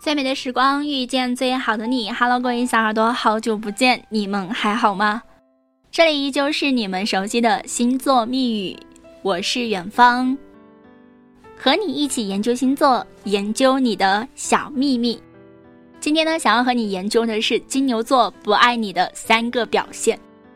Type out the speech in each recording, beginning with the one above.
最美的时光遇见最好的你。 Hello 各位小耳朵，好久不见，你们还好吗？这里依旧是你们熟悉的星座密语，我是远方，和你一起研究星座，研究你的小秘密。今天呢，想要和你研究的是金牛座不爱你的3个表现。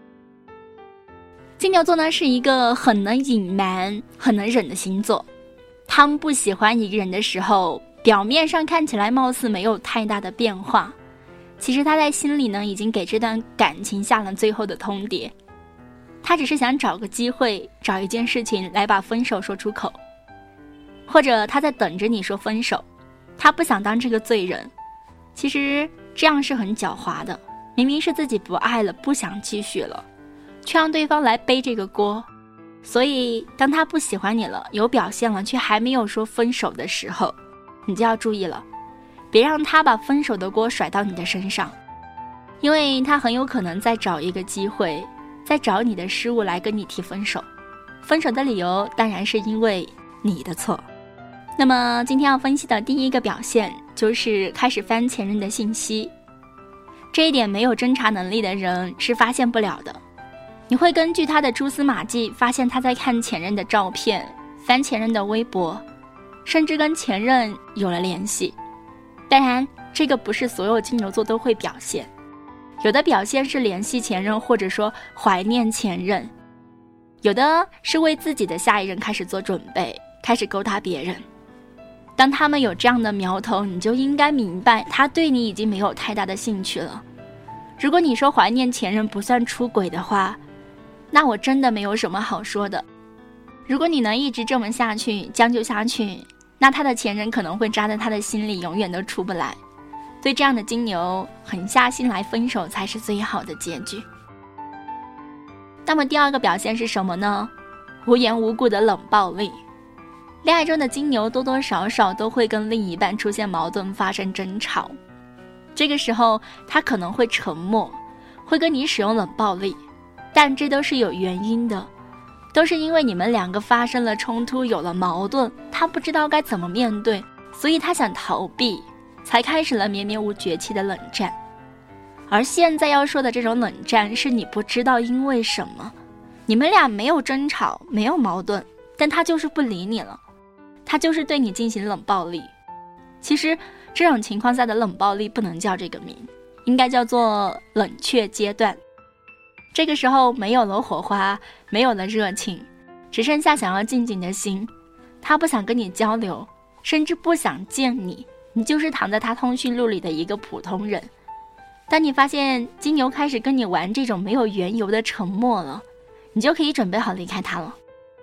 金牛座呢是一个很能隐瞒很能忍的星座，他们不喜欢一个人的时候，表面上看起来貌似没有太大的变化，其实他在心里呢已经给这段感情下了最后的通牒。他只是想找个机会，找一件事情来把分手说出口，或者他在等着你说分手，他不想当这个罪人。其实这样是很狡猾的，明明是自己不爱了，不想继续了，却让对方来背这个锅。所以当他不喜欢你了，有表现了，却还没有说分手的时候，你就要注意了，别让他把分手的锅甩到你的身上，因为他很有可能再找一个机会，再找你的失误来跟你提分手。分手的理由当然是因为你的错。那么今天要分析的第一个表现就是开始翻前任的信息。这一点没有侦查能力的人是发现不了的。你会根据他的蛛丝马迹发现他在看前任的照片，翻前任的微博，甚至跟前任有了联系。当然这个不是所有金牛座都会表现，有的表现是联系前任，或者说怀念前任，有的是为自己的下一任开始做准备，开始勾搭别人。当他们有这样的苗头，你就应该明白他对你已经没有太大的兴趣了。如果你说怀念前任不算出轨的话，那我真的没有什么好说的。如果你能一直这么下去，将就下去，那他的前任可能会扎在他的心里，永远都出不来。对这样的金牛，狠下心来分手才是最好的结局。那么第二个表现是什么呢？无缘无故的冷暴力。恋爱中的金牛多多少少都会跟另一半出现矛盾，发生争吵。这个时候他可能会沉默，会跟你使用冷暴力，但这都是有原因的，都是因为你们两个发生了冲突，有了矛盾，他不知道该怎么面对，所以他想逃避，才开始了绵绵无绝期的冷战。而现在要说的这种冷战，是你不知道因为什么，你们俩没有争吵，没有矛盾，但他就是不理你了，他就是对你进行冷暴力。其实这种情况下的冷暴力不能叫这个名，应该叫做冷却阶段。这个时候没有了火花，没有了热情，只剩下想要静静的心。他不想跟你交流，甚至不想见你，你就是躺在他通讯录里的一个普通人。当你发现金牛开始跟你玩这种没有缘由的沉默了，你就可以准备好离开他了。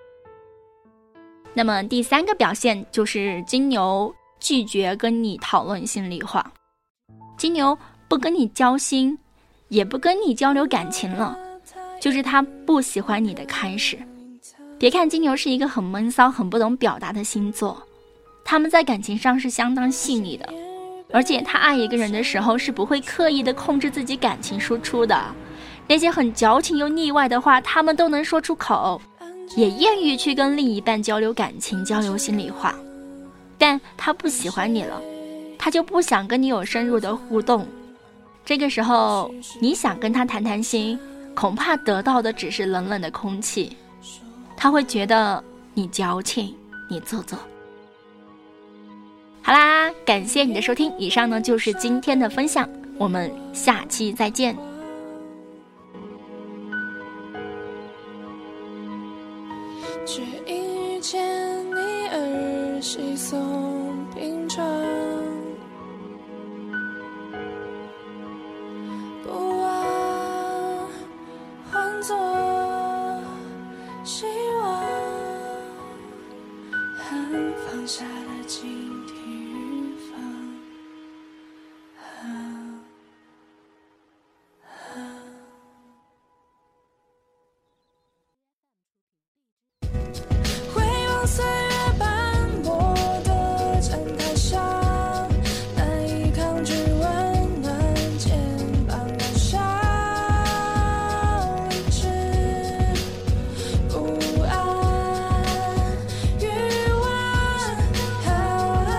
那么第三个表现就是金牛拒绝跟你讨论心里话。金牛不跟你交心，也不跟你交流感情了，就是他不喜欢你的开始。别看金牛是一个很闷骚很不懂表达的星座，他们在感情上是相当细腻的，而且他爱一个人的时候是不会刻意的控制自己感情输出的。那些很矫情又腻歪的话他们都能说出口，也愿意去跟另一半交流感情，交流心里话。但他不喜欢你了，他就不想跟你有深入的互动。这个时候你想跟他谈谈心，恐怕得到的只是冷冷的空气。他会觉得你矫情，你做作。好啦，感谢你的收听，以上呢就是今天的分享，我们下期再见。 却因遇见你而稀松平常，不忘换作希望，很放下的警惕预防。岁月斑驳的站台上，难以抗拒温暖肩膀的伤，一直不安，欲望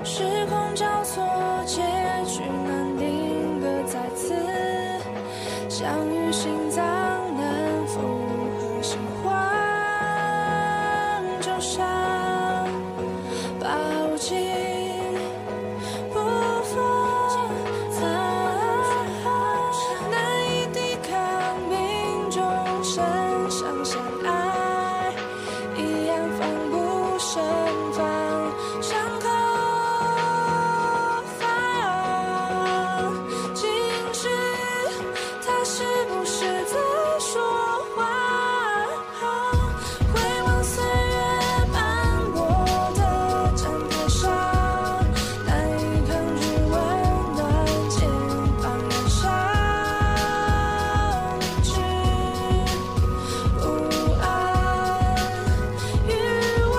时空交错，结局难定格，再次相遇，心脏能负荷，心慌就像抱紧不放，难以抵抗命中身上相爱，一样奋不胜防，伤口发痒，今世他是不是在说谎？回望岁月斑驳的站台上，难以抗拒温暖肩膀燃烧，明知不安，欲望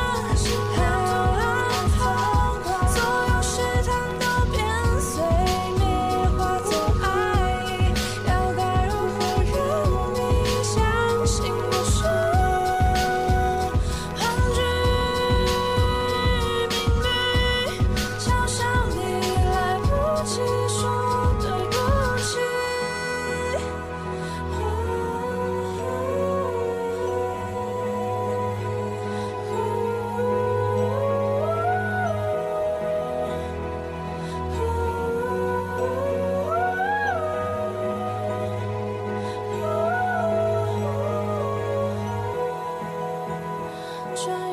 疯狂，所有试探都变碎灭，化作爱意，要该如何让你相信不是恐惧？命运嘲笑你来不及说对不起。这